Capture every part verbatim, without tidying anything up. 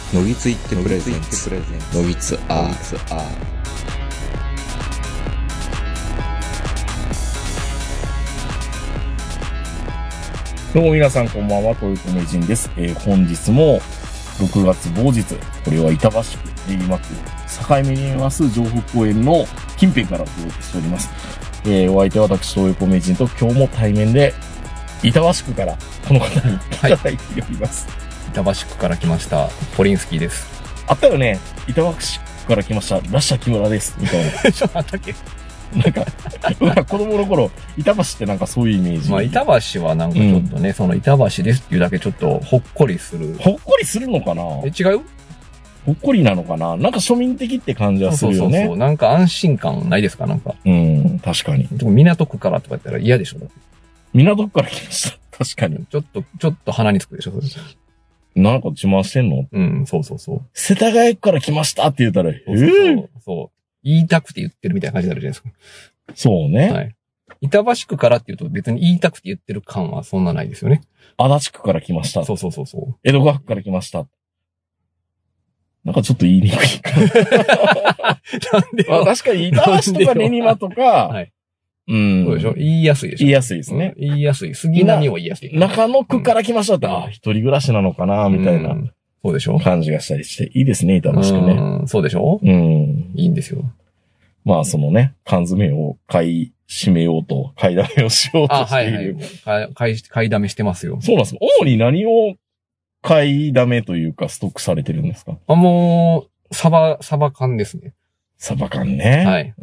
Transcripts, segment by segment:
のぎついってプレゼンツのぎつアーどうも皆さんこんばんは、東横名人です。えー、本日もろくがつ某日、これは板橋区練馬区境目にあります城北公園の近辺からお届けしております。えー、お相手は私東横名人と今日も対面で板橋区からこの方にいただいております。はい板橋区から来ましたポリンスキーです。 あったよね。板橋区から来ましたラッシャー木村ですみたいな。 ちょっとあったっけ？ なんか子供の頃板橋ってなんかそういうイメージ。 まあ板橋はなんかちょっとね、うん、その板橋ですっていうだけちょっとほっこりする。 ほっこりするのかな？ え違う？ ほっこりなのかな？なんか庶民的って感じはするよね。そうそうそう。 なんか安心感ないですかなんか。 うん、確かに。 港区からとか言ったら嫌でしょ？ 港区から来ました。確かに。 ちょっとちょっと鼻につくでしょ？ なんか自慢してんの？ うん、そうそうそう。 世田谷区から来ましたって言ったら、えそうそうそう、えー、そう。言いたくて言ってるみたいな感じになるじゃないですか。 そうね。 はい。板橋区からって言うと別に言いたくて言ってる感はそんなないですよね。 足立区から来ました。 そうそうそうそう。 江戸川区から来ました。なんかちょっと言いにくい。 なんで？ まあ確かに板橋とか練馬とか、はい。うん。 そうでしょ？言いやすいでしょ？ 言いやすいですね。 うん、言いやすい。杉並を言いやすい。 中野区から来ましたって、うん、あ、一人暮らしなのかな、みたいな。 うんそうでしょ感じがしたりして、いいですね、板橋区ね。 うん、そうでしょうん。いいんですよ。 まあ、そのね、缶詰を買い占めようと、買いだめをしようとしている。 あ、はいはい。買い、買いだめしてますよ。 そうなんですか。主に何を買いだめというか、ストックされてるんですか？ あ、もう、サバ、サバ缶ですね。 サバ缶ね。 はい。 うん。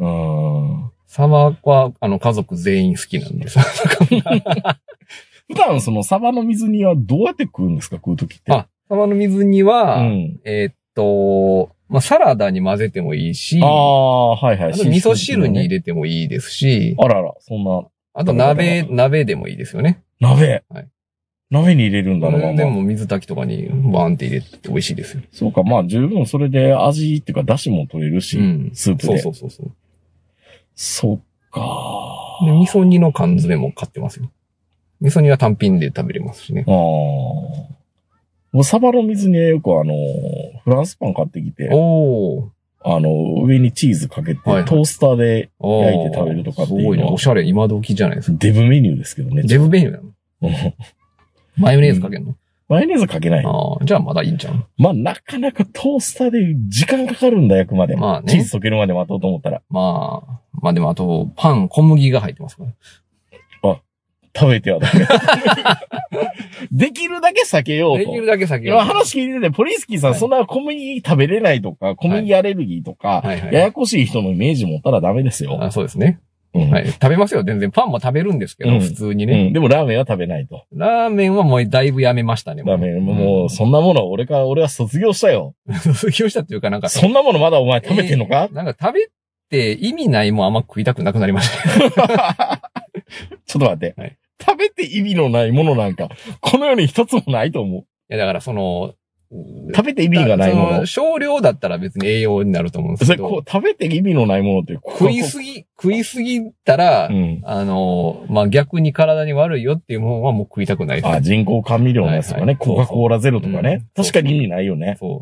サバは、あの、家族全員好きなんです。 普段、そのサバの水煮はどうやって食うんですか？食うときって。 あサバの水煮は、うん、えー、っと、まあ、サラダに混ぜてもいいし、 ああ、はいはい。あと味噌汁に入れてもいいですし、 あらら、そんな。 あと鍋、鍋でもいいですよね。 鍋はい。 鍋に入れるんだろうな。 でも水炊きとかにバーンって入れて美味しいですよ。 そうか、まあ十分それで味っていうか出汁も取れるし、うん、スープで。 そうそうそうそう。 そっか。 で、味噌煮の缶詰も買ってますよ。味噌煮は単品で食べれますしね。 ああ。もうサバの水によくあの、フランスパン買ってきて、 おあの、上にチーズかけて、はいはい、トースターで焼いて食べるとかっていうのは。すごいね。 おしゃれ、今時じゃないですか。 デブメニューですけどね。 デブメニューなのマヨネーズかけるの、うん、 マヨネーズかけない。 ああ、じゃあまだいいんじゃん。 まあ、なかなかトースターで時間かかるんだ、焼くまで。まあね。チーズ溶けるまで待とうと思ったら。 まあ、まあでもあと、パン、小麦が入ってますから。 あ、食べてはダメ。できるだけ避けようと。 できるだけ避けようと。 話聞いてて、ポリスキーさん、はい、そんな小麦食べれないとか、小麦アレルギーとか、はいはいはい、ややこしい人のイメージ持ったらダメですよ。 あ、そうですね。うん、はい。食べますよ、全然。パンも食べるんですけど、うん、普通にね、 うん。でもラーメンは食べないと。 ラーメンはもうだいぶやめましたね。 ラーメン、もう、そんなものは俺か、俺は卒業したよ。 卒業したっていうかなんか。 そんなものまだお前食べてんのか、 えー、なんか食べて意味ないもんあんま食いたくなくなりました。 ちょっと待って。はい、食べて意味のないものなんか、この世に一つもないと思う。いや、だからその、 食べて意味がないもの。 少量だったら別に栄養になると思うんですけど。 それこう食べて意味のないものって食いすぎ、食いすぎたら、うん、あの、まあ、逆に体に悪いよっていうものはもう食いたくないです。 あ、人工甘味料のやつとかね、はいはい、コカ・コーラゼロとかね。うん、確かに意味ないよね。そう。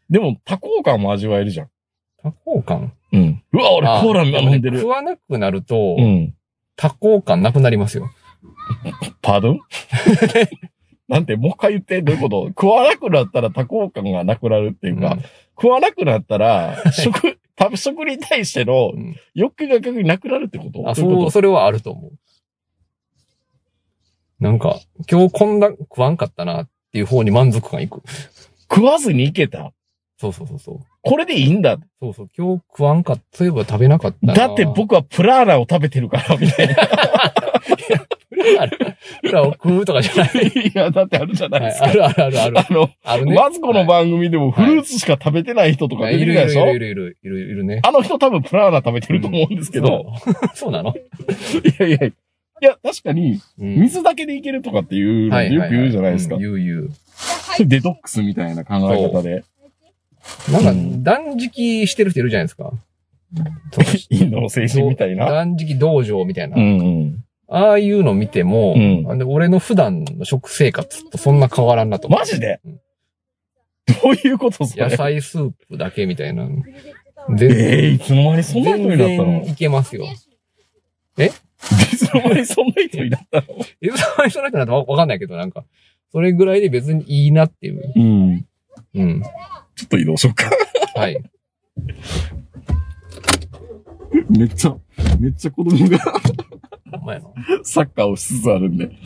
でも、多幸感も味わえるじゃん。 多幸感うん。うわ、俺コーラ飲んでる。 食わなくなると、うん、多幸感なくなりますよ。 パードンなんて、もう一回言って、どういうこと？食わなくなったら多幸感がなくなるっていうか、うん、食わなくなったら、食、食べ、食に対しての欲求が逆になくなるってこと？ あ、そう、それはあると思う。なんか、今日こんな食わんかったなっていう方に満足感いく。 食わずにいけた？ そうそうそうそう。 これでいいんだ。 そうそう。今日食わんかった。そういえば食べなかったな。 だって僕はプラーナを食べてるから、みたいな。 プラーナプラを食うとかじゃない。 いや、だってあるじゃないですか。 はい、あるあるあるある。 あの、あるね。マツコの番組でもフルーツしか食べてない人とか出てきたでしょ、はい、 いるいるいるいるいるいるね。 あの人多分プラーナ食べてると思うんですけど。 うん、そうそうなの？ いやいや。いや、確かに、水だけでいけるとかっていうのよく言うじゃないですか。 言う言う。 デトックスみたいな考え方で。 なんか、断食してる人いるじゃないですか。 インドの政治みたいな。 断食道場みたいな。 うんうん、 ああいうの見ても、うん、俺の普段の食生活とそんな変わらんなと思う。 マジで、 うん、 どういうことそれ？ 野菜スープだけみたいな。全然。えー、いつの間にそんな人になったの？ 全然いけますよ。え？ いつの間にそんな人になったの？ いつの間にそんな人になったのわかんないけど、なんか、それぐらいで別にいいなっていう。 うん。 うん。 ちょっと移動しようか。 はい。 めっちゃ、めっちゃ子供が前のサッカーをしつつあるんで。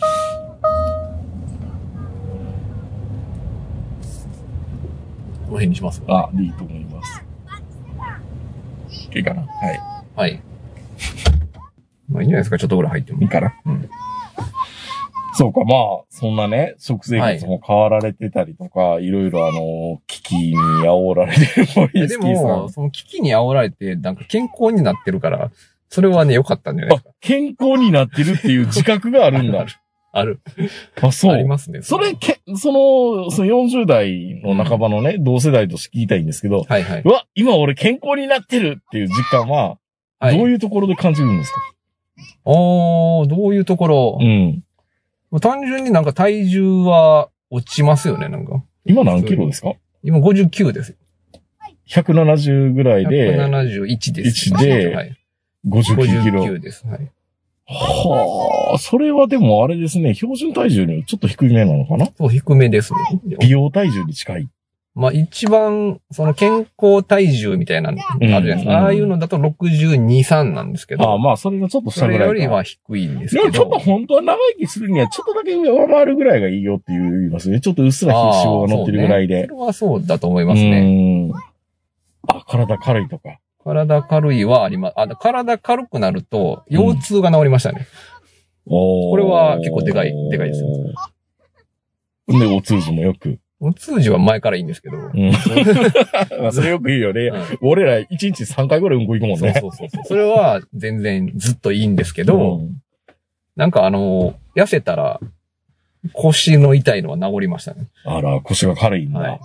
この辺にしますか？あ、いいと思います。いいかな？はい。 はい。まあいいんじゃないですか、ちょっとぐらい入っても。 いいかな？うん。そうか、まあ、そんなね、食生活も変わられてたりとか、はい、いろいろあの、危機に煽られてるポリンスキーさん。でも、 その危機に煽られて、なんか健康になってるから、それはね、良かったんじゃないですか。 あ、健康になってるっていう自覚があるんだ。 ある。 あ、そう。 ありますね。 それ、け、その、そのよんじゅう代の半ばのね、うん、同世代として聞きたいんですけど、 はいはい。 うわ、今俺健康になってるっていう実感は、どういうところで感じるんですか？ あー、どういうところ？ うん。 単純になんか体重は落ちますよね、なんか。 今何キロですか？ 今ごじゅうきゅうですよ。 ひゃくななじゅうぐらいで。 ひゃくななじゅういちです。 いちで、はい、ごじゅうきゅうキロ。 ごじゅうきゅうです。はい。 はあ、それはでもあれですね、標準体重にちょっと低めなのかな？ そう、低めですね。 美容体重に近い。 まあ一番、その健康体重みたいなのあるじゃないですか。うんうん、ああいうのだとろくじゅうに、さんなんですけど。 ああ、まあそれがちょっと下ぐらいか。 それよりは低いんですけど。 でもちょっと本当は長生きするにはちょっとだけ上回るぐらいがいいよって言いますね。ちょっとうっすら脂肪が乗ってるぐらいで。 そ、ね、それはそうだと思いますね。 うん。あ、体軽いとか。 体軽いはあります。あ、体軽くなると腰痛が治りましたね。うん、これは結構でかい、でかいですよ。 で、お通じもよく。 お通じは前からいいんですけど。うん、 それよく言うよね。うん、俺らいちにちさんかいぐらいうんこ行くもんね。 そうそうそう。それは全然ずっといいんですけど、うん、なんかあの、痩せたら腰の痛いのは治りましたね。 あら、腰が軽いんだ。 はい、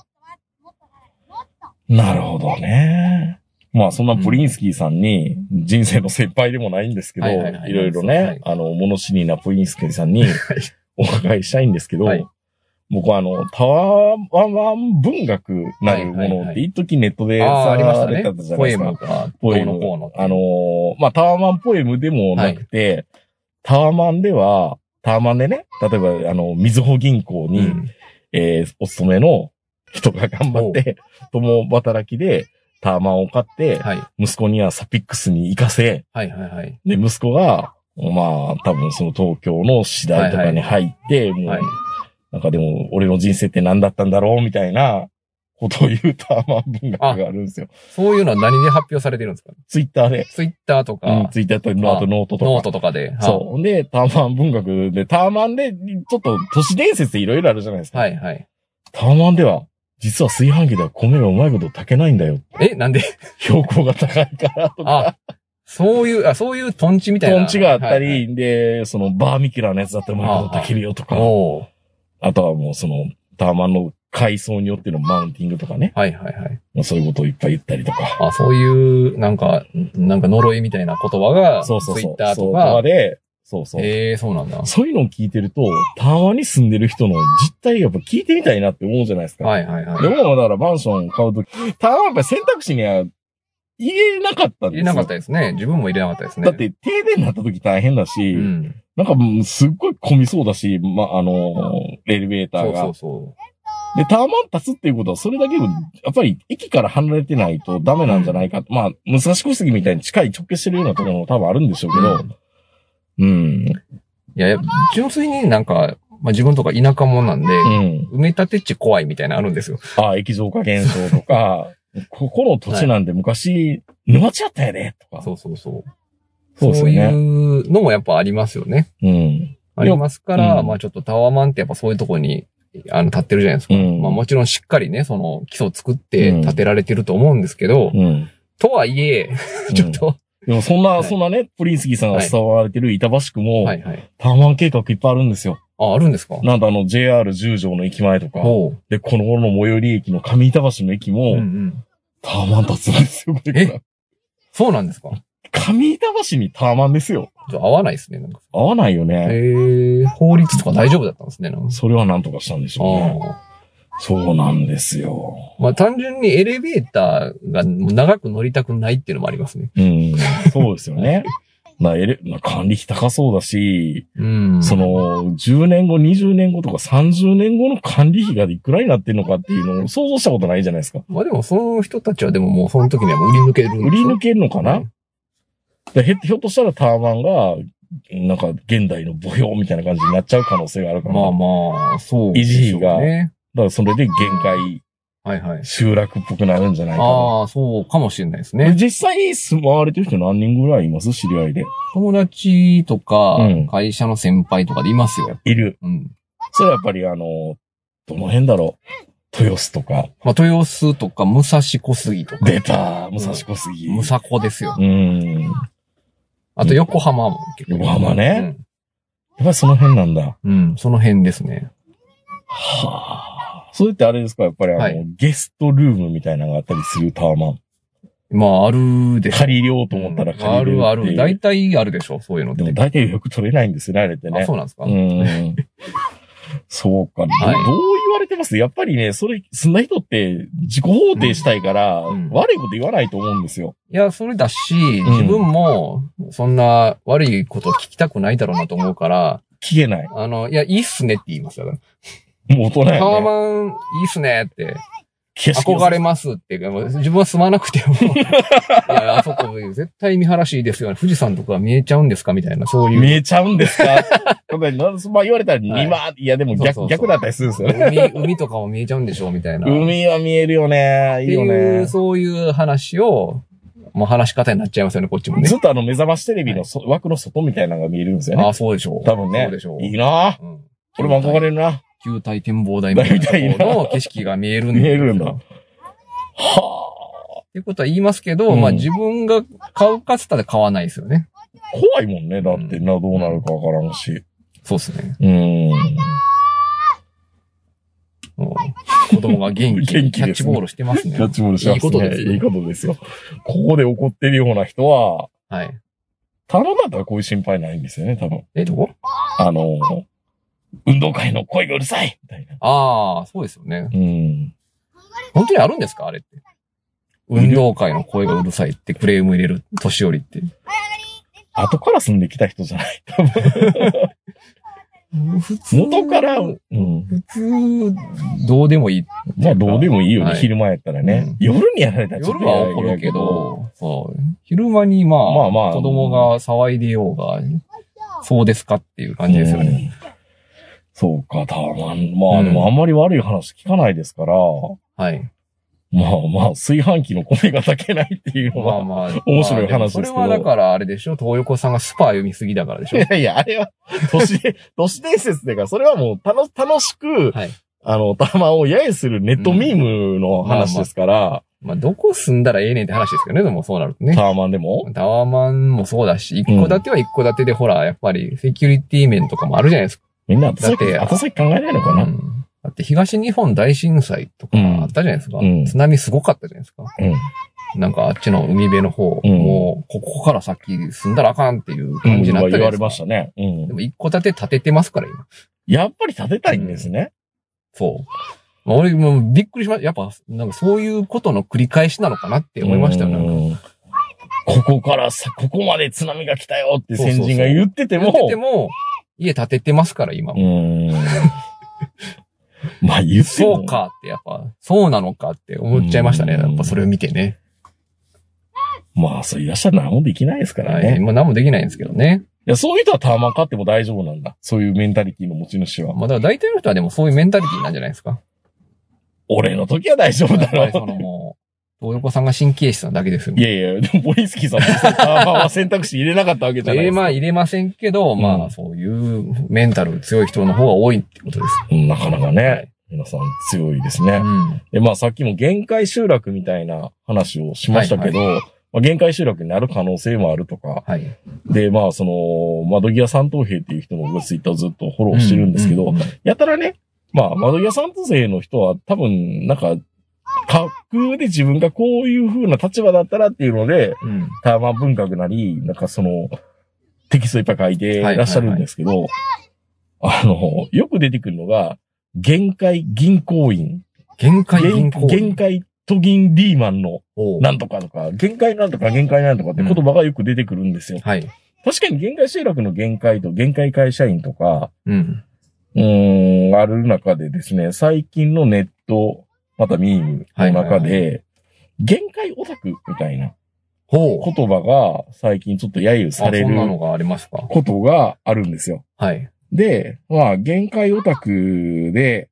なるほどね。まあそんなプリンスキーさんに人生の先輩でもないんですけど、いろいろね、はい、あの、物知りなプリンスキーさんにお伺いしたいんですけど、はい、僕はあの、タワマン文学なるものって一時ネットでされたじゃないですか。 ポエムか、ポエムのあの、まあタワマンポエムでもなくて、はい、タワマンでは、タワマンでね、例えばあの、みずほ銀行に、うん、えー、お勤めの人が頑張って、共働きでタワマンを買って、はい、息子にはサピックスに行かせ、 はいはいはい、 で、息子が、まあ、多分その東京の次第とかに入って、はいはい、もう、はい、なんかでも、俺の人生って何だったんだろうみたいなことを言うタワマン文学があるんですよ。 そういうのは何で発表されてるんですか？ ツイッターで。 ツイッターとか。 うん、ツイッターとか、あとノートとか。 ノートとかで。 そう。で、タワマン文学で、タワマンで、ちょっと都市伝説でいろいろあるじゃないですか。 はいはい。 タワマンでは、実は炊飯器では米がうまいこと炊けないんだよ。 え、なんで？ 標高が高いからとか。 あ、そういう、あ、そういうトンチみたいな。 トンチがあったり、はいはい、で、そのバーミキュラーのやつだったらうまいこと炊けるよとか。おあとはもうその、タワマンの階層によってのマウンティングとかね。 はいはいはい。 そういうことをいっぱい言ったりとか。 あ、そういう、なんか、なんか呪いみたいな言葉が、そうそうそう。ツイッターとか。 そうで、そうそう。 ええー、そうなんだ。 そういうのを聞いてると、タワマンに住んでる人の実態やっぱ聞いてみたいなって思うじゃないですか。 はいはいはい。 でも、だからマンション買うとき、タワマンやっぱ選択肢には入れなかったんですよ。 入れなかったですね。自分も入れなかったですね。 だって停電になった時大変だし、うん、なんかすっごい混みそうだし、ま、あの、エレベーターが。そうそうそう。で、タワマン立つっていうことは、それだけで、やっぱり駅から離れてないとダメなんじゃないか。うん、まあ、武蔵小杉みたいに近い直結してるようなところも多分あるんでしょうけど、うん。うん、 いや、純粋になんか、まあ自分とか田舎者なんで、うん、埋め立て地怖いみたいなのあるんですよ。 ああ、液状化現象とか、ここの土地なんで昔、沼地やったやで、とか。 そうそうそう。そうですね。そういうのもやっぱありますよね。 うん。 ありますから、うん、まあちょっとタワマンってやっぱそういうところに、あの、立ってるじゃないですか。うん、まあもちろんしっかりね、その基礎を作って建てられてると思うんですけど、うん、とはいえ、ちょっと、 うん、でもそんな、はい、そんなね、プリンスキーさんが伝われてる板橋区も、はいはいはい、タワマン計画いっぱいあるんですよ。 あ、あるんですか？ なんとあの ジェイアールじゅう 条の駅前とか、で、この頃の最寄り駅の上板橋の駅も、うんうん、タワマン立つんですよ、これから。 え、そうなんですか？ 上板橋にタワマンですよ。 じゃ合わないですね。なんか合わないよね。 へえ、法律とか大丈夫だったんですね。なんかそれはなんとかしたんでしょうね。 そうなんですよ。 まあ単純にエレベーターが長く乗りたくないっていうのもありますね。 うん。そうですよね。まあ、エレ、まあ、管理費高そうだし、 うん。 その、じゅうねんご、にじゅうねんごとかさんじゅうねんごの管理費がいくらになってるのかっていうのを想像したことないじゃないですか。 まあでもその人たちはでももうその時にはもう売り抜けるんでしょ。 売り抜けるのかな、うん、でひょっとしたらタワマンが、なんか現代の墓標みたいな感じになっちゃう可能性があるから。 まあまあ、そうでしょうね。維持費が。だからそれで限界。 はいはい。 集落っぽくなるんじゃないかな。 ああ、そうかもしれないですね。 実際住まわれてる人何人ぐらいいます？知り合いで。 友達とか、うん、会社の先輩とかでいますよ。 いる。 うん。 それはやっぱりあの、どの辺だろう。豊洲とか。 まあ、豊洲とか、武蔵小杉とか。 出た武蔵小杉。 武蔵小ですよ。 うん。 あと横浜も結構。 横浜ね。うん、やっぱりその辺なんだ。 うん、その辺ですね。 はあ。それってあれですかやっぱりあの、はい、ゲストルームみたいなのがあったりするタワマン。 まあ、あるでしょ。 借りようと思ったら借りれる、うん。 あるある。大体あるでしょそういうのって。 でも大体よく取れないんですよね、あれってね。 あ、そうなんですか？ うん。そうか、はい、どう言われてます？やっぱりね、それ、そんな人って自己肯定したいから、うん、悪いこと言わないと思うんですよ。 いや、それだし、自分も、そんな悪いこと聞きたくないだろうなと思うから、 聞けない。 あの、いや、いいっすねって言いますよ。 もう大人やね。 タワマンいいっすねって。憧れますって。自分は住まなくても。いや、あそこ絶対見晴らしいいですよね。富士山とか見えちゃうんですかみたいな、そういう。 見えちゃうんですかまあ言われたらにま、はい、いやでも逆、そうそうそう逆だったりするんですよね。海、海とかも見えちゃうんでしょみたいな。 海は見えるよね。いいよね。っていう、 そういう話を、もう話し方になっちゃいますよね、こっちもね。 ずっとあの目覚ましテレビの、はい、枠の外みたいなのが見えるんですよね。 ああ、そうでしょう。 多分ね。 そうでしょう。 いいなぁ。うん、俺も憧れるな。 球体展望台みたいなの景色が見えるんだ。 見えるんだ。はぁ。っていうことは言いますけど、うん、まあ自分が買うかつったら買わないですよね。 怖いもんね。だってな、どうなるかわからんし。 そうですね。 うーん。 子供が元気にキャッチボールしてますね。 キャッチボールしてますね。いいことですよ。いいことですよ。ここで怒ってるような人は、 はい。 タワマンだったらこういう心配ないんですよね、多分。 え、どこ？ あの、運動会の声がうるさいみたいな。 ああ、そうですよね。 うん。 本当にあるんですかあれって。運動会の声がうるさいってクレーム入れる年寄りって。 後から住んできた人じゃない。多分。 普通元から、うん、 普通、どうでもいい。 まあどうでもいいよね、はい、昼間やったらね。うん、夜にやられたらちょっと夜は怒るけど、そう。昼間にまあ、まあまあ、子供が騒いでようが、そうですかっていう感じですよね。 うん、そうか、たまん、まあでもあんまり悪い話聞かないですから、 うん、はい。 まあまあ、炊飯器の米が炊けないっていうのは、まあまあ、面白い話ですけど。 それはだからあれでしょ東横さんがスパー読みすぎだからでしょいやいや、あれは、都市、都市伝説でか、それはもう楽、楽しく、はい、あの、タワマンを揶揄するネットミームの話ですから。うん、まあ、まあ、 まあ、どこ住んだらええねんって話ですけどね、でもそうなるとね。 タワマンでもタワマンもそうだし、一戸建ては一戸建てで、ほら、やっぱりセキュリティ面とかもあるじゃないですか。 みんな後先、後先考えないのかな、うんだって東日本大震災とかあったじゃないですか。うん、津波すごかったじゃないですか。 うん、 なんかあっちの海辺の方、うん、もうここから先住んだらあかんっていう感じになったじゃないですか。うん、言われましたね。うん、 でも一戸建て建ててますから今。 やっぱり建てたいんですね。 うん、そう。まあ、俺もうびっくりしました。やっぱなんかそういうことの繰り返しなのかなって思いましたよ。なんかここからさ、ここまで津波が来たよって先人が言ってても。 そうそうそう言ってても、家建ててますから今も。 うんまあ言ってもそうかってやっぱ、そうなのかって思っちゃいましたね。やっぱそれを見てね。 まあそういらっしゃる何もできないですからね。 はい、まあ何もできないんですけどね。 いや、そういう人はタワマン買っても大丈夫なんだ。そういうメンタリティの持ち主は。 まあだから大体の人はでもそういうメンタリティなんじゃないですか。 俺の時は大丈夫だろう。 やっぱりそのもう、東横さんが神経質なだけですよ。 いやいや、でもボイスキーさんもタワマンは選択肢入れなかったわけじゃないですか。 まあ入れませんけど、うん、まあそういうメンタル強い人の方が多いってことです。 うん、なかなかね。はい皆さん強いですね。うん、で、まあさっきも限界集落みたいな話をしましたけど、はいはいまあ、限界集落になる可能性もあるとか、はい、で、まあその、窓際三等兵っていう人のツイッターをずっとフォローしてるんですけど、うんうんうん、やたらね、まあ窓際三等兵の人は多分なんか、架空で自分がこういう風な立場だったらっていうので、うん、タワマン文学なり、なんかその、テキストいっぱい書いていらっしゃるんですけど、はいはいはい、あの、よく出てくるのが、 限界銀行員。 限界銀行員。 限界都銀リーマンのなんとかとか、限界なんとか限界なんとかって言葉がよく出てくるんですよ。 うん、はい。 確かに限界集落の限界と限界会社員とか、 うん。 うーん、ある中でですね、最近のネット、またミームの中で、はいはいはい、限界オタクみたいな言葉が最近ちょっと揶揄されることがあるんですよ。 はい。 で、まあ、限界オタクで、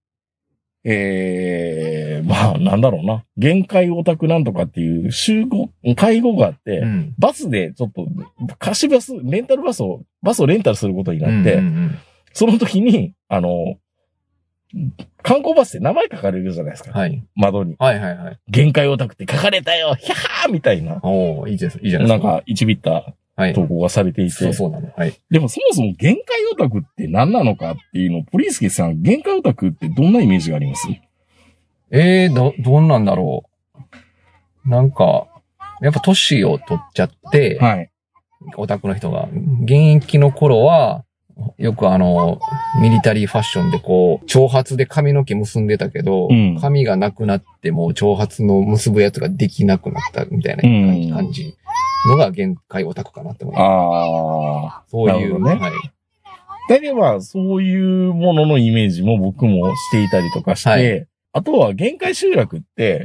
ええー、まあ、なんだろうな。限界オタクなんとかっていう集合、会合があって、うん、バスでちょっと、貸しバス、レンタルバスを、バスをレンタルすることになって、うんうんうん、その時に、あの、観光バスって名前書かれるじゃないですか。 はい。 窓に。 はいはいはい。 限界オタクって書かれたよヒャハーみたいな。 おー、いいです、いいじゃないですか。 なんか、一ビッター投稿がされていて。 そうそうなの。はい。 でもそもそも限界オタクって何なのかっていうのを、プリンスケさん、限界オタクってどんなイメージがあります？ ええー、ど、どんなんだろう。なんか、やっぱ年を取っちゃって、 はい。 オタクの人が。現役の頃は、よくあの、ミリタリーファッションでこう、長髪で髪の毛結んでたけど、うん、髪がなくなっても長髪の結ぶやつができなくなったみたいな感じのが限界オタクかなって思います。 ああ。 そういうね。はい。だけどまあ、そういうもののイメージも僕もしていたりとかして、はい、あとは限界集落って、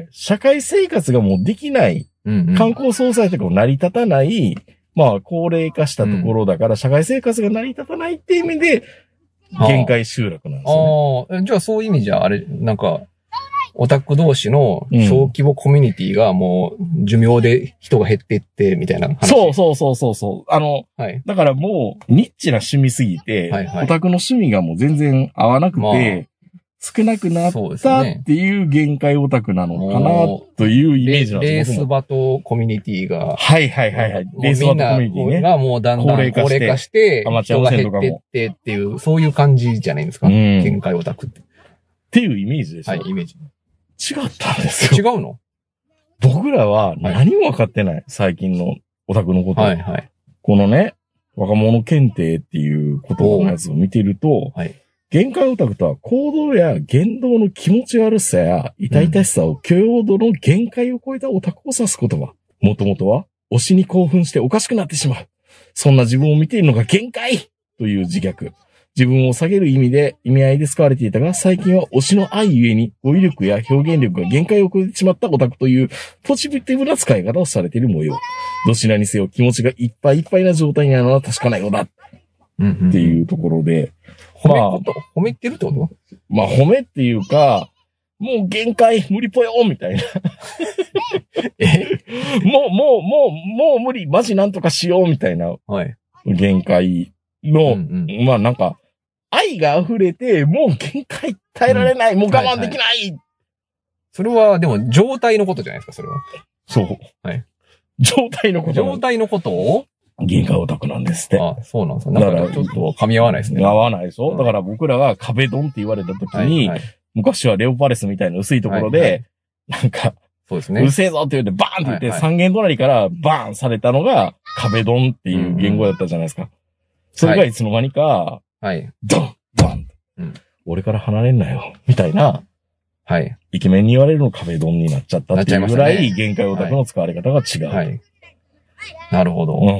社会生活がもうできない、うんうん、観光総裁とかも成り立たない、まあ、高齢化したところだから、社会生活が成り立たないっていう意味で、限界集落なんですよね。 ああ、じゃあそういう意味じゃ、あれ、なんか、オタク同士の小規模コミュニティがもう寿命で人が減っていって、みたいな話。 そうそうそうそうそう。あの、はい、だからもう、ニッチな趣味すぎて、はいはい、オタクの趣味がもう全然合わなくて、まあ少なくなったっていう限界オタクなのかなというイメージなんです。 レースバトコミュニティが。 はいはいはいはい。レースバトコミュニティね。 がもうだんだん高齢化して、人が減ってってっていう、そういう感じじゃないですか。限界オタクって。 っていうイメージでしょ。 はい、イメージ。 違ったんですよ。 違うの？ 僕らは何も分かってない。最近のオタクのこと。 はいはい。 このね、若者検定っていう言葉のやつを見てると、はい。限界オタクとは行動や言動の気持ち悪さや痛々しさを許容度の限界を超えたオタクを指す言葉。もともとは推しに興奮しておかしくなってしまう。そんな自分を見ているのが限界という自虐。自分を下げる意味で、意味合いで使われていたが、最近は推しの愛ゆえに語彙力や表現力が限界を超えてしまったオタクというポジティブな使い方をされている模様。どちらにせよ気持ちがいっぱいいっぱいな状態になるのは確かなようだ。 うんうん、 っていうところで。 褒めこと、まあ、褒めてるってことまあ、褒めっていうか、もう限界、無理ぽよみたいな。えもう、もう、もう、もう無理、マジなんとかしようみたいな。 はい。 限界の、うんうん、まあなんか、愛が溢れて、もう限界耐えられない、うん、もう我慢できない、はいはい、 それは、でも、状態のことじゃないですか、それは。 そう。 はい。 状態のこと。 状態のことを限界オタクなんですって。 あ、そうなんですか。だからちょっと噛み合わないですね。 合わないでしょ、うん、だから僕らが壁ドンって言われた時に、はいはい、昔はレオパレスみたいな薄いところで、はいはい、なんか、 そうですね。 うるせえぞって言ってバーンって言って、はいはい、三軒隣からバーンされたのが壁ドンっていう言語だったじゃないですか。うんうん、それがいつの間にか、 はい。 ドンドン、うん、俺から離れんなよみたいな、 はい。 イケメンに言われるの壁ドンになっちゃったっていうぐらい、限界オタクの使われ方が違う。 はい。なるほど、うん。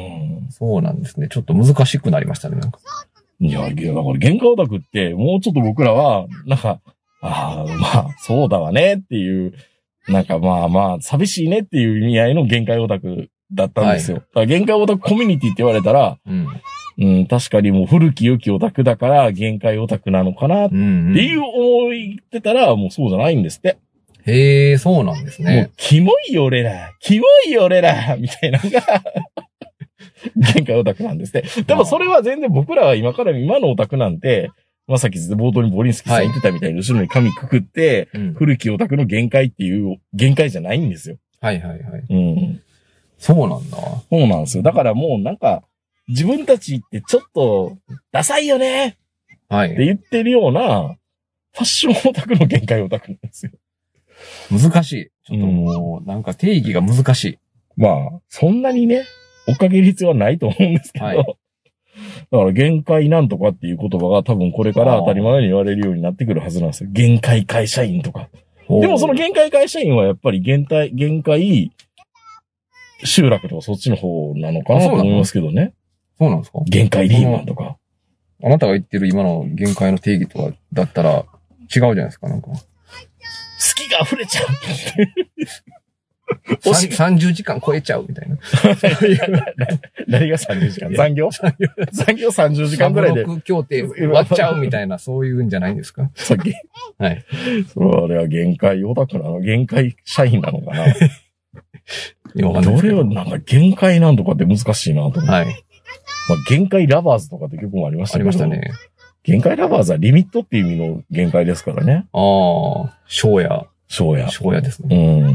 そうなんですね。ちょっと難しくなりましたね、なんか。 いや、だから限界オタクって、もうちょっと僕らは、なんか、ああ、まあ、そうだわねっていう、なんかまあまあ、寂しいねっていう意味合いの限界オタクだったんですよ。はい、だから限界オタクコミュニティって言われたら、うん、うん、確かにもう古き良きオタクだから限界オタクなのかなっていう思いってたら、もうそうじゃないんですって。 へえ、そうなんですね。もう、 キモいよ俺ら、キモいよ俺ら、みたいなのが、限界オタクなんですね。でもそれは全然僕らは今から今のオタクなんて、まあ、さっき冒頭にボリンスキーさん言ってたみたいに後ろに紙くくって、はい、古きオタクの限界っていう限界じゃないんですよ。 はいはいはい。 うん。 そうなんだ。 そうなんですよ。だからもうなんか、自分たちってちょっと、ダサいよねはい。って言ってるような、ファッションオタクの限界オタクなんですよ。 難しい。ちょっともう、なんか定義が難しい。 まあ、そんなにね、追っかける必要はないと思うんですけど。はい、 だから限界なんとかっていう言葉が多分これから当たり前に言われるようになってくるはずなんですよ。限界会社員とか。でもその限界会社員はやっぱり限界、限界集落とかそっちの方なのかなと思いますけどね。 そうなんですか？ 限界リーマンとか。 あなたが言ってる今の限界の定義とは、だったら違うじゃないですか、なんか。 好きが溢れちゃう。 さんじゅうじかん超えちゃうみたいな。 何がさんじゅうじかん残業残業さんじゅうじかんぐらいで。 さんぶろく協定終わっちゃうみたいな、そういうんじゃないんですか？ さっき。 はい。 それは限界オタクなの？限界社員なのかな？どれをなんか限界なんとかって難しいなと思って。はい。まあ、限界ラバーズとかって曲もありましたけど。ありましたね。限界ラバーズはリミットっていう意味の限界ですからね。 ああ、翔也。 翔也。 翔也ですね。うん。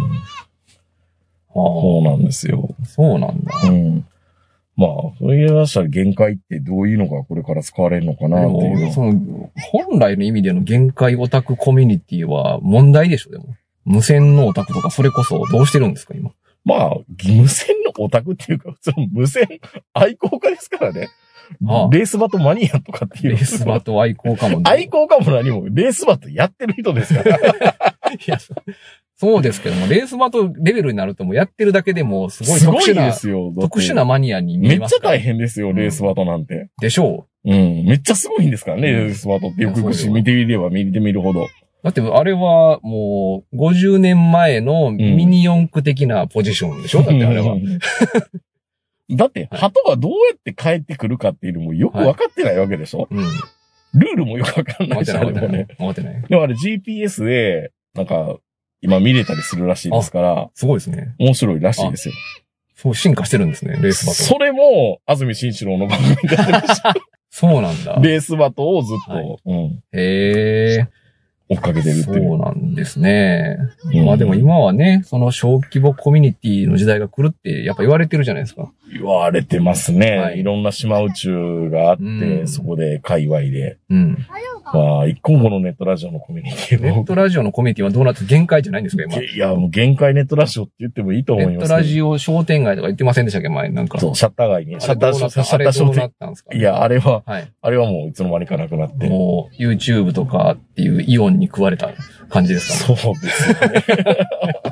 そうなんですよ。 そうなんだ。 うん。まあ、そう言い出したら限界ってどういうのがこれから使われるのかなっていう。 その、本来の意味での限界オタクコミュニティは問題でしょ、でも。無線のオタクとかそれこそどうしてるんですか、今。 まあ、無線のオタクっていうか、その無線愛好家ですからね。ああレースバトマニアとかっていう。 レースバト愛好家も、 ね。愛好家も何も、レースバトやってる人ですから。いやそうですけども、レースバトレベルになるともうやってるだけでもすごい特殊な、 すごいですよ。 特殊なマニアに見えますから。 めっちゃ大変ですよ、レースバトなんて。うん、 でしょう。うん。めっちゃすごいんですからね、うん、レースバトってよく見てみれば見てみるほど。 だってあれはもうごじゅうねんまえのミニ四駆的なポジションでしょ、うん、だってあれは。 だって、鳩がどうやって帰ってくるかっていうのもよく分かってないわけでしょ、はい、うん。ルールもよく分かんないし、あれもね。 分かってない。 でもあれ ジーピーエス で、なんか、今見れたりするらしいですから。 すごいですね。 面白いらしいですよ。 そう、進化してるんですね、レースバト。 それも、安住紳一郎の番組でやってました。 そうなんだ。 レースバトをずっと、はい、うん。 へー。 追っかけてるっていう。 そうなんですね。うん、まあでも今はね、その小規模コミュニティの時代が来るってやっぱ言われてるじゃないですか。 言われてますね。はい、いろんな島宇宙があって、うん、そこで界隈で。うん。まあ、一個もこのネットラジオのコミュニティも。 ネットラジオのコミュニティはどうなって限界じゃないんですか、今。 いや、もう限界ネットラジオって言ってもいいと思います。 ネットラジオ商店街とか言ってませんでしたっけ、前なんか。 そう、シャッター街に。シャッター、シャッター商店街。いや、あれは、はい、あれはもういつの間にかなくなって。 もう、YouTube とかっていうイオンに食われた感じですかね。そうですよね。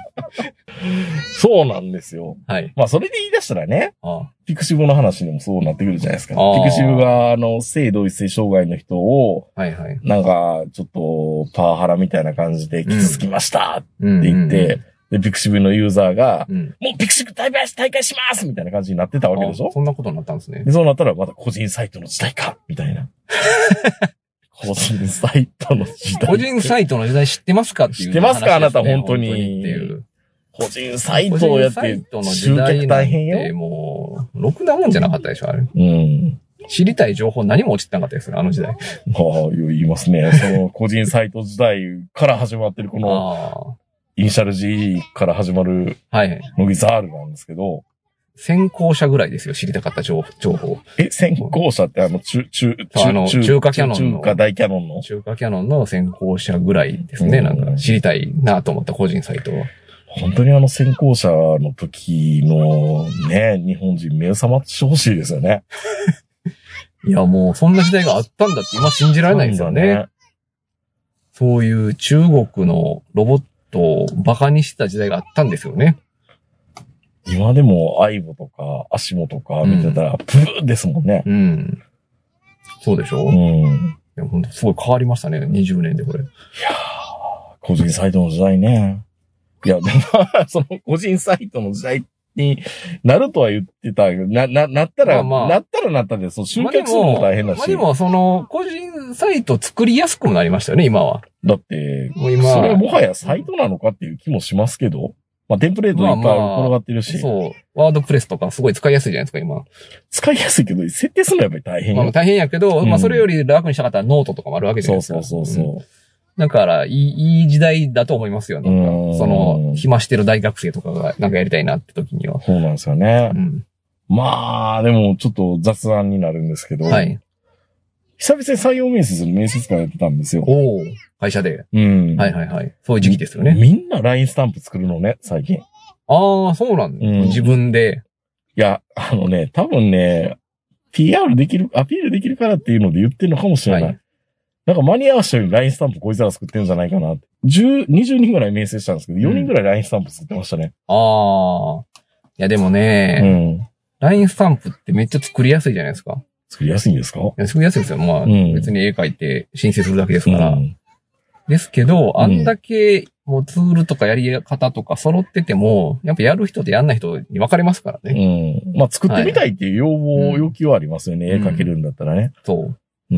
そうなんですよ。はい。まあ、それで言い出したらね、ああピクシブの話にもそうなってくるじゃないですか。ピクシブが、あの、性同一性障害の人を、はいはい。なんか、ちょっと、パワハラみたいな感じで傷つきましたって言って、で、ピクシブのユーザーが、うん、もうピクシブ大会大会しますみたいな感じになってたわけでしょ。 そんなことになったんですね。 で、そうなったらまた個人サイトの時代かみたいな。個人サイトの時代。 個人サイトの時代知ってますかっていう、 ね。知ってますかあなた本当に。本当にっていう。個人サイトをやって、集客大変よ。 もう、ろくなもんじゃなかったでしょ、あれ。うん。知りたい情報何も落ちてなかったですよ、あの時代。ああ、言いますね。その、個人サイト時代から始まってるこの、イニシャル G から始まる、はい。ノギザールなんですけど。 先行者ぐらいですよ、知りたかった情報。 え、先行者ってあの、中、中、 あの、中華キャノンの。 中華大キャノンの。 中華キャノンの先行者ぐらいですね、なんか知りたいなと思った個人サイトは。 本当にあの先行者の時のね、日本人目覚ましてほしいですよね。 いやもうそんな時代があったんだって今信じられないんですよね。ねそういう中国のロボットをバカにしてた時代があったんですよね。 今でもアイボとかアシモとか見てたら、うん、ブーですもんね。うん。 そうでしょ？うん。いや本当すごい変わりましたね、にじゅうねんでこれ。いやー、 個人サイトの時代ね。いや、でも、その個人サイトの時代になるとは言ってた。な、な、なったら、まあまあ、なったらなったで、その集客するのも大変だし。 まあでも、まあ、でもその、個人サイト作りやすくもなりましたよね、今は。 だって、もう今それはもはやサイトなのかっていう気もしますけど。まあ、テンプレートいっぱい転がってるし。 まあまあ、そう。ワードプレスとかすごい使いやすいじゃないですか、今。 使いやすいけど、設定するのはやっぱり大変よ。 まあ大変やけど、うん、まあそれより楽にしたかったらノートとかもあるわけじゃないですか。 そうそうそうそう。うんだから、いい、いい時代だと思いますよ。なんか、その、暇してる大学生とかがなんかやりたいなって時には。 そうなんですよね。うん、まあ、でもちょっと雑談になるんですけど。はい。久々に採用面接の面接会やってたんですよ。 おお、会社で。うん。はいはいはい。そういう時期ですよね。 みんな ライン スタンプ作るのね、最近。 ああ、そうなんだ、うん。自分で。 いや、あのね、多分ね、 ピーアール できる、アピールできるからっていうので言ってるのかもしれない。はい、なんか間に合わせたように ライン スタンプこいつら作ってるんじゃないかなって。じゅう、にじゅうにんぐらい面接したんですけど、よにんぐらい ライン スタンプ作ってましたね。 うん、ああ。いやでもね、うん、ライン スタンプってめっちゃ作りやすいじゃないですか。 作りやすいんですか？いや作りやすいですよ。まあ、うん、別に絵描いて申請するだけですから。うん、ですけど、あんだけもうツールとかやり方とか揃ってても、やっぱやる人とやんない人に分かれますからね。 うん。まあ作ってみたいっていう要望、はい、要求はありますよね。絵描けるんだったらね。 そう。うん。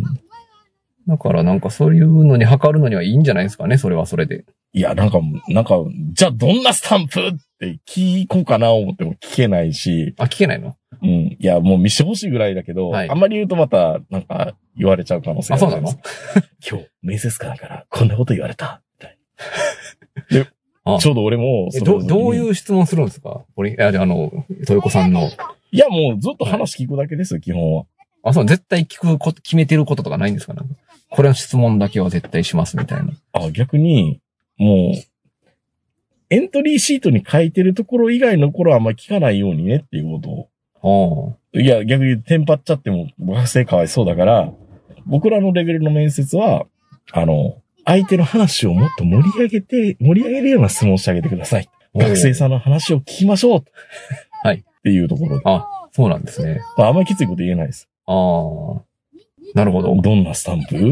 だからなんかそういうのに測るのにはいいんじゃないですかね、それはそれで。 いや、なんか、なんか、じゃあどんなスタンプって聞こうかな思っても聞けないし。 あ、聞けないの？ うん。いや、もう見してほしいぐらいだけど、はい、あんまり言うとまた、なんか、言われちゃう可能性があります。あ、そうなの？今日、面接官からこんなこと言われた。みたいな。で、ちょうど俺もそど、どういう質問するんですか？俺、いや、あの、豊子さんの。 いや、もうずっと話聞くだけですよ、はい、基本は。 あ、そう、絶対聞くこと、決めてることとかないんですかね？これの質問だけは絶対しますみたいな。 あ、逆に、もう、エントリーシートに書いてるところ以外のところはあんまり聞かないようにねっていうことを。いや、逆にテンパっちゃっても学生かわいそうだから、僕らのレベルの面接は、あの、相手の話をもっと盛り上げて、盛り上げるような質問をしてあげてください。学生さんの話を聞きましょう。 はい。 っていうところで。 あ、そうなんですね。 あんまりきついこと言えないです。 ああ。なるほど。 どんなスタンプ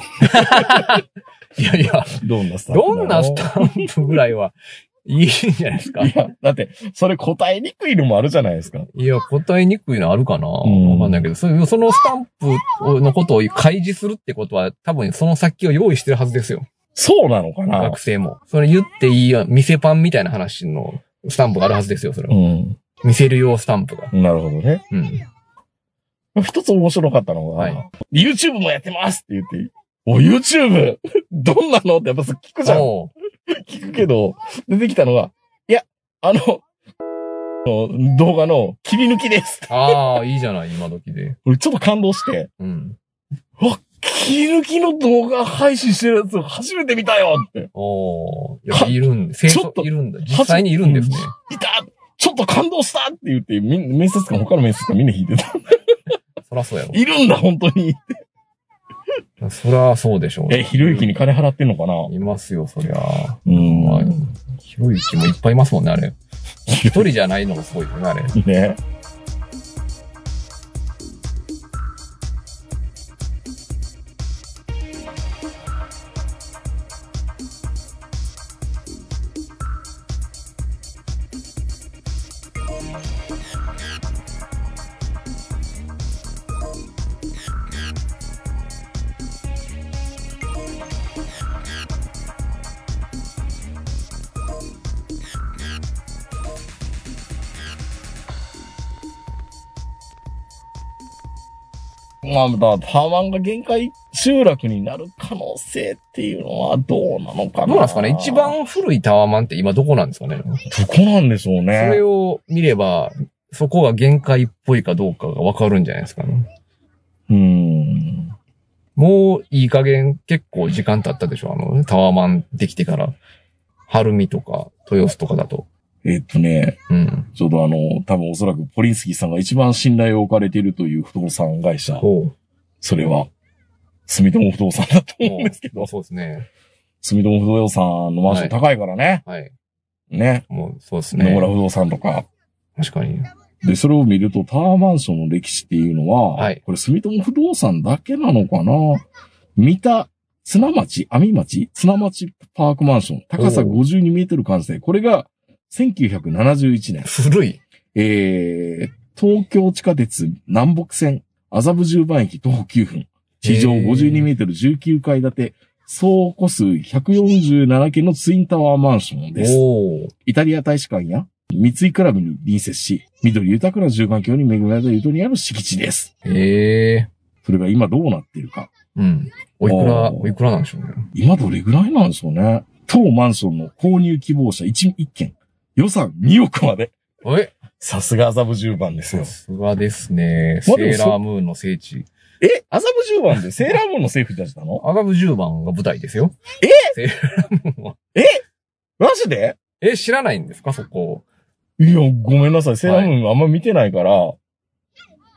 いやいや。 どんなスタンプどんなスタンプぐらいはいいんじゃないですか。 いや、だって、それ答えにくいのもあるじゃないですか。 いや、答えにくいのあるかな、うん、わかんないけど、そのスタンプのことを開示するってことは、多分その先を用意してるはずですよ。 そうなのかな？ 学生も。それ言っていいよ、店パンみたいな話のスタンプがあるはずですよ、それは。うん。見せる用スタンプが。 なるほどね。 うん。 一つ面白かったのが、はい、YouTube もやってますって言って、お、YouTube! どんなのってやっぱ聞くじゃん。聞くけど、出てきたのが、いや、あの、動画の切り抜きです。 ああ、いいじゃない、今時で。 俺ちょっと感動して。うん。わ、切り抜きの動画配信してるやつ初めて見たよって。 おー。いや、いるんで、ちょっといるんだ。実際にいるんですね。 いた！ちょっと感動したって言って、面接官、他の面接官みんな弾いてた。 そらそうやろ。 いるんだ、本当に。 そらそうでしょう、 ね。え、ひろゆきに金払ってんのかな？ いますよ、そりゃ。うん。まあ、ひろゆきもいっぱいいますもんね、あれ。一人じゃないのがすごいよね、あれ。 ね。まあ、だタワマンが限界集落になる可能性っていうのはどうなのかな。 どうなんですかね。一番古いタワマンって今どこなんですかね。どこなんでしょうね。 それを見れば、そこが限界っぽいかどうかがわかるんじゃないですかね。 うーん。 もういい加減結構時間経ったでしょ。あの、タワマンできてから。晴海とか、豊洲とかだと。 えっとね、 うん、 ちょうどあの、多分おそらくポリンスキーさんが一番信頼を置かれているという不動産会社。それは、住友不動産だと思うんですけど。 そうですね。 住友不動産のマンション高いからね。 はい。はい、 ね。 もうそうですね。 野村不動産とか。 確かに。 で、それを見るとタワーマンションの歴史っていうのは、はい、これ住友不動産だけなのかな？三田、綱町、網町、綱町パークマンション、高さごじゅうにメートル完成。これが、せんきゅうひゃくななじゅういちねん。 古い。 えー、東京地下鉄南北線麻布十番駅徒歩きゅうふん。地上ごじゅうにメートルじゅうきゅうかい建て、総戸数ひゃくよんじゅうななけんのツインタワーマンションです。イタリア大使館や三井クラブに隣接し、緑豊かな住環境に恵まれたゆとりにある敷地です。 へえ。 それが今どうなっているか。 うん。おいくら、おいくらなんでしょうね。 今どれぐらいなんでしょうね。当マンションの購入希望者いち、いっけん。予算におくまで。 えさすが麻布十番ですよ。 さすがですね。セーラームーンの聖地。 え麻布十番でセーラームーンの聖地だったの？ 麻布十番が舞台ですよ。 えセーラームーンは。 えマジで？ え、知らないんですかそこ。 いや、ごめんなさい。セーラームーンあんま見てないから。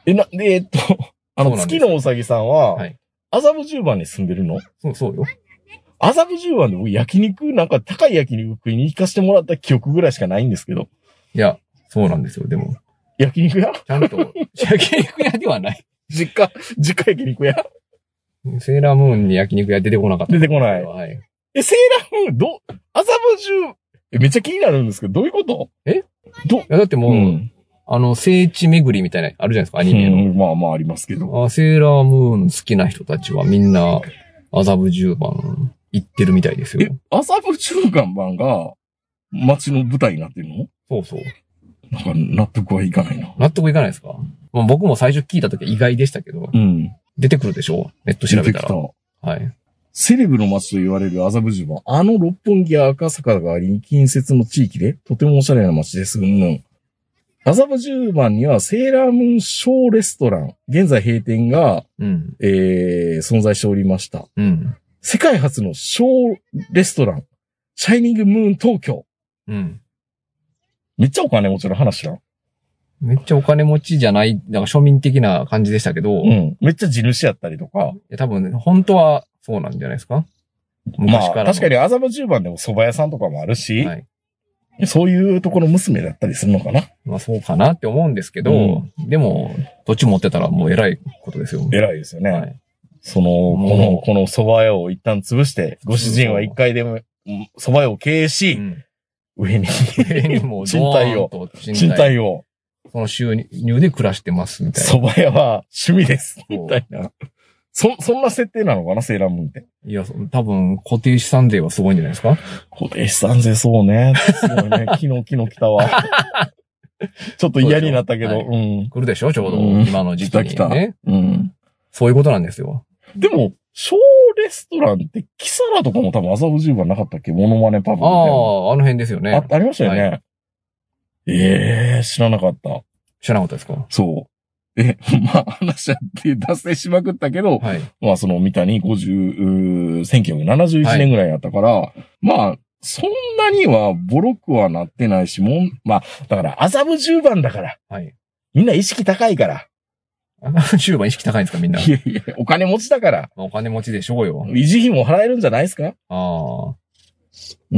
え、な、で、えっと、あの、月のうさぎさんは、はい。麻布十番に住んでるの？ そう、そうよ。 麻布十番で僕焼肉、なんか高い焼肉食いに行かしてもらった記憶ぐらいしかないんですけど。 いや、そうなんですよ、でも。 焼肉屋？ ちゃんと、焼肉屋ではない。 実家、実家焼肉屋？ セーラームーンに焼肉屋出てこなかった。 出てこない。 はい。 え、セーラームーン、ど、麻布十、え、めっちゃ気になるんですけど、どういうこと？ えど、いやだってもう、うん、あの、聖地巡りみたいな、あるじゃないですか、アニメの。 うん、まあまあありますけど。 あ、セーラームーン好きな人たちはみんな、麻布十番行ってるみたいですよ。 え、麻布十番が街の舞台になってるの？ そうそう。 なんか納得はいかないな。 納得いかないですか？まあ、僕も最初聞いた時は意外でしたけど。うん。出てくるでしょ？ネット調べたら。出てきた。はい。セレブの街と言われる麻布十番。あの六本木や赤坂があり、近接の地域でとてもおしゃれな街です。うん。麻布十番にはセーラームーンショーレストラン。現在閉店が、うん、えー、存在しておりました。うん。世界初のショーレストラン。シャイニングムーン東京。うん。めっちゃお金持ちの話だ。めっちゃお金持ちじゃない、なんか庶民的な感じでしたけど。うん。めっちゃ地主やったりとか。いや、多分ね、本当はそうなんじゃないですか？昔から。まあ、確かに麻布十番でも蕎麦屋さんとかもあるし。はい。そういうところ娘だったりするのかな？まあそうかなって思うんですけど、うん、でも、どっち持ってたらもう偉いことですよ。偉いですよね。はい。その、この、この蕎麦屋を一旦潰して、ご主人は一回でも蕎麦屋を経営し、うん、上に、上にもう賃貸を、賃貸を、その収入で暮らしてますみたいな。蕎麦屋は趣味です。みたいな。そ、そんな設定なのかな、セーラームーンって。いや、多分、固定資産税はすごいんじゃないですか？固定資産税、そうね。すごいね。昨日、昨日来たわ。ちょっと嫌になったけど、はい、うん。来るでしょ、ちょうど。うん、今の時期に、ね。来た来た。うん。そういうことなんですよ。でも、小レストランって、キサラとかも多分麻布十番なかったっけ？モノマネパブみたいな。ああ、あの辺ですよね。あ、ありましたよね。はい、ええー、知らなかった。知らなかったですか？そう。え、まあ話は脱線しまくったけど、はい、まあその三谷ごじゅう、せんきゅうひゃくななじゅういちねんぐらいやったから、はい、まあ、そんなにはボロくはなってないし、もん、まあ、だから麻布十番だから、はい、みんな意識高いから。麻布十番意識高いんですかみんな。いやいや、お金持ちだから。まあ、お金持ちでしょうよ。維持費も払えるんじゃないですか？ああ。うん。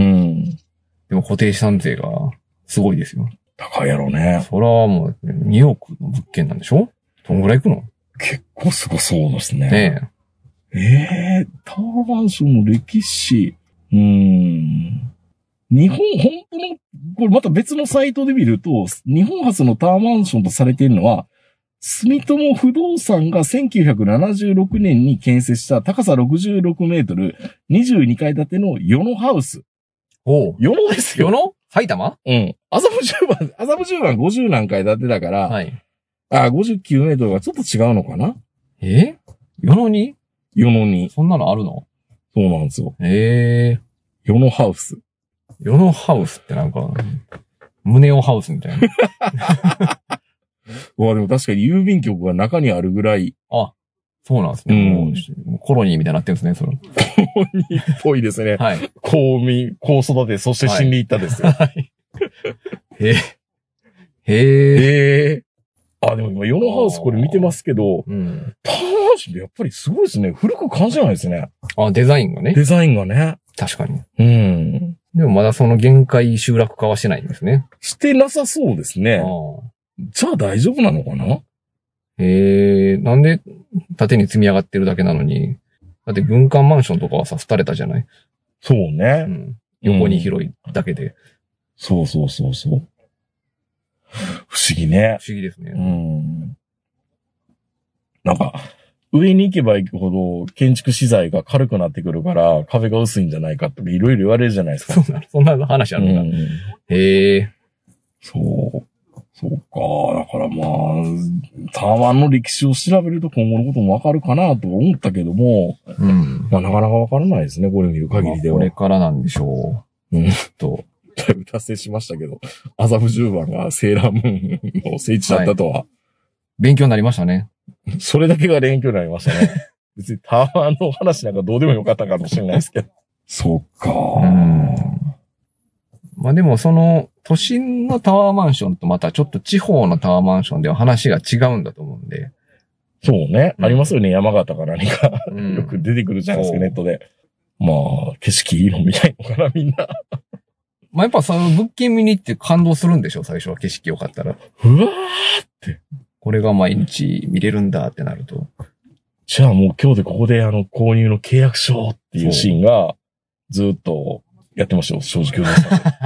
でも固定資産税がすごいですよ。高いやろうね。それはもうにおくの物件なんでしょ？どんぐらい行くの？結構すごそうですね。ねえ。ええー、タワーマンションの歴史。うーん。日本、本当の、これまた別のサイトで見ると、日本初のタワーマンションとされているのは、住友不動産がせんきゅうひゃくななじゅうろくねんに建設した高さろくじゅうろくメートル、にじゅうにかい建ての与野ハウス。おう。与野ですよ。与野？埼玉？うん。麻布十番、麻布十番ごじゅう何階建てだから、はい。あ、ごじゅうきゅうメートルがちょっと違うのかな？え？与野に？与野に。そんなのあるの？そうなんですよ。ええー。与野ハウス。与野ハウスってなんか、胸をハウスみたいな。わあ、でも確かに郵便局が中にあるぐらい。あ、そうなんですね。うん、もうコロニーみたいになってるんですね、それ。コロニーっぽいですね。はい。公民、子育て、そして心理一家ですよ。はい。へえ。へえ。へえ。あ、でも今、与野ハウスこれ見てますけど、うん。タワーマンションでやっぱりすごいですね。古く感じないですね。あ、デザインがね。デザインがね。確かに。うん。でもまだその限界集落化はしてないんですね。してなさそうですね。ああ。じゃあ大丈夫なのかな？へえ、なんで縦に積み上がってるだけなのに、だって軍艦マンションとかはさ、廃れたじゃない？そうね。うん。横に広いだけで。うん、そうそうそうそう。不思議ね。不思議ですね。うん。なんか、上に行けば行くほど建築資材が軽くなってくるから壁が薄いんじゃないかっていろいろ言われるじゃないですか。そんな、そんな話あるんだ。うん、へえ。そう。そうか。だからまあ、タワーの歴史を調べると今後のこともわかるかなと思ったけども、うん。まあなかなかわからないですね、これ見る限りでは。これからなんでしょう。うん。と。だいぶ達成しましたけど、麻布十番がセーラームーンの聖地だったとは、はい。勉強になりましたね。それだけが勉強になりましたね。別にタワーの話なんかどうでもよかったかもしれないですけど。そっか。うん。 まあでもその、都心のタワーマンションとまたちょっと地方のタワーマンションでは話が違うんだと思うんで。 そうね。うん、ありますよね。山形か何か、 うん、 よく出てくるじゃないですか、ネットで。まあ、景色いいのみたいのかな、みんな。 まあやっぱその物件見に行って感動するんでしょ、最初は景色良かったら。 うわーって。 これが毎日見れるんだってなると。 じゃあもう今日でここであの購入の契約書っていうシーンがずっとやってましたよ、正直です。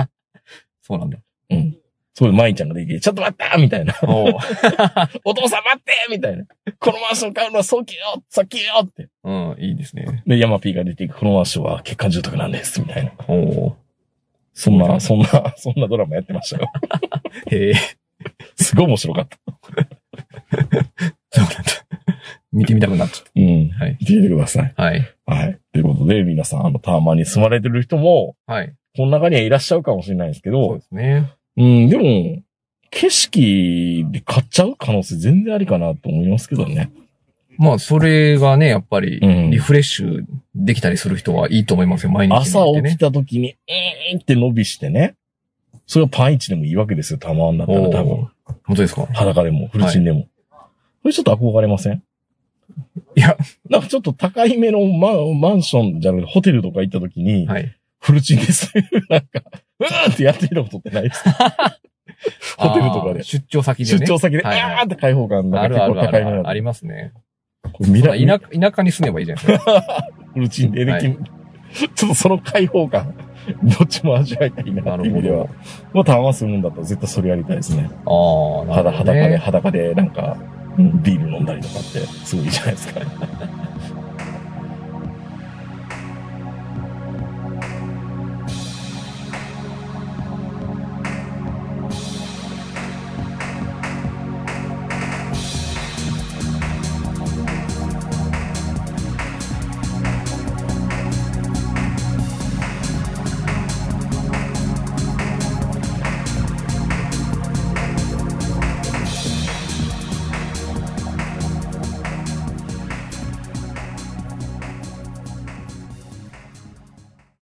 そうなんだ。 うん。そこで舞ちゃんができて、ちょっと待ったみたいな。お, お父さん待ってみたいな。このマンション買うのは早期よ早期よって。 うん、いいですね。 で、ヤマピーが出ていく、このマンションは欠陥住宅なんです、みたいな。 おそんな、そんな、そんなドラマやってましたよ。 へえ。 すごい面白かった。 そうなんだ。見てみたくなっちゃった。 うん。はい。見てみてください。 はい。 はい。ということで、皆さん、あの、タワマンに住まれてる人も、 はい。 この中にはいらっしゃるかもしれないですけど、 そうですね。 うん、でも、景色で買っちゃう可能性全然ありかなと思いますけどね。 まあ、それがね、やっぱり、リフレッシュできたりする人はいいと思いますよ、毎日、ね。 朝起きた時に、えーって伸びしてね。それがパンイチでもいいわけですよ、タワマンだったら多分。 本当ですか？ 裸でも、フルチンでも。はい、これちょっと憧れません？ いや。 なんかちょっと高いめのママンションじゃなくて、ホテルとか行った時に、はい、フルチンです。なんか、うーんってやってみたことってないですか？ホテルとかで。 出張先でね。 出張先で、はいはい、あーって開放感が結構高いめなの。 ありますね。 未来、 まあ、田, 田舎に住めばいいじゃないですか。 フルチンでできる、はい。ちょっとその開放感、どっちも味わいたいなっていう意味では。まあ、タワマン住むんだったら絶対それやりたいですね。 ああ、なるほど、ね。 裸で、裸でなんか、ビール飲んだりとかって、すごいいいじゃないですか。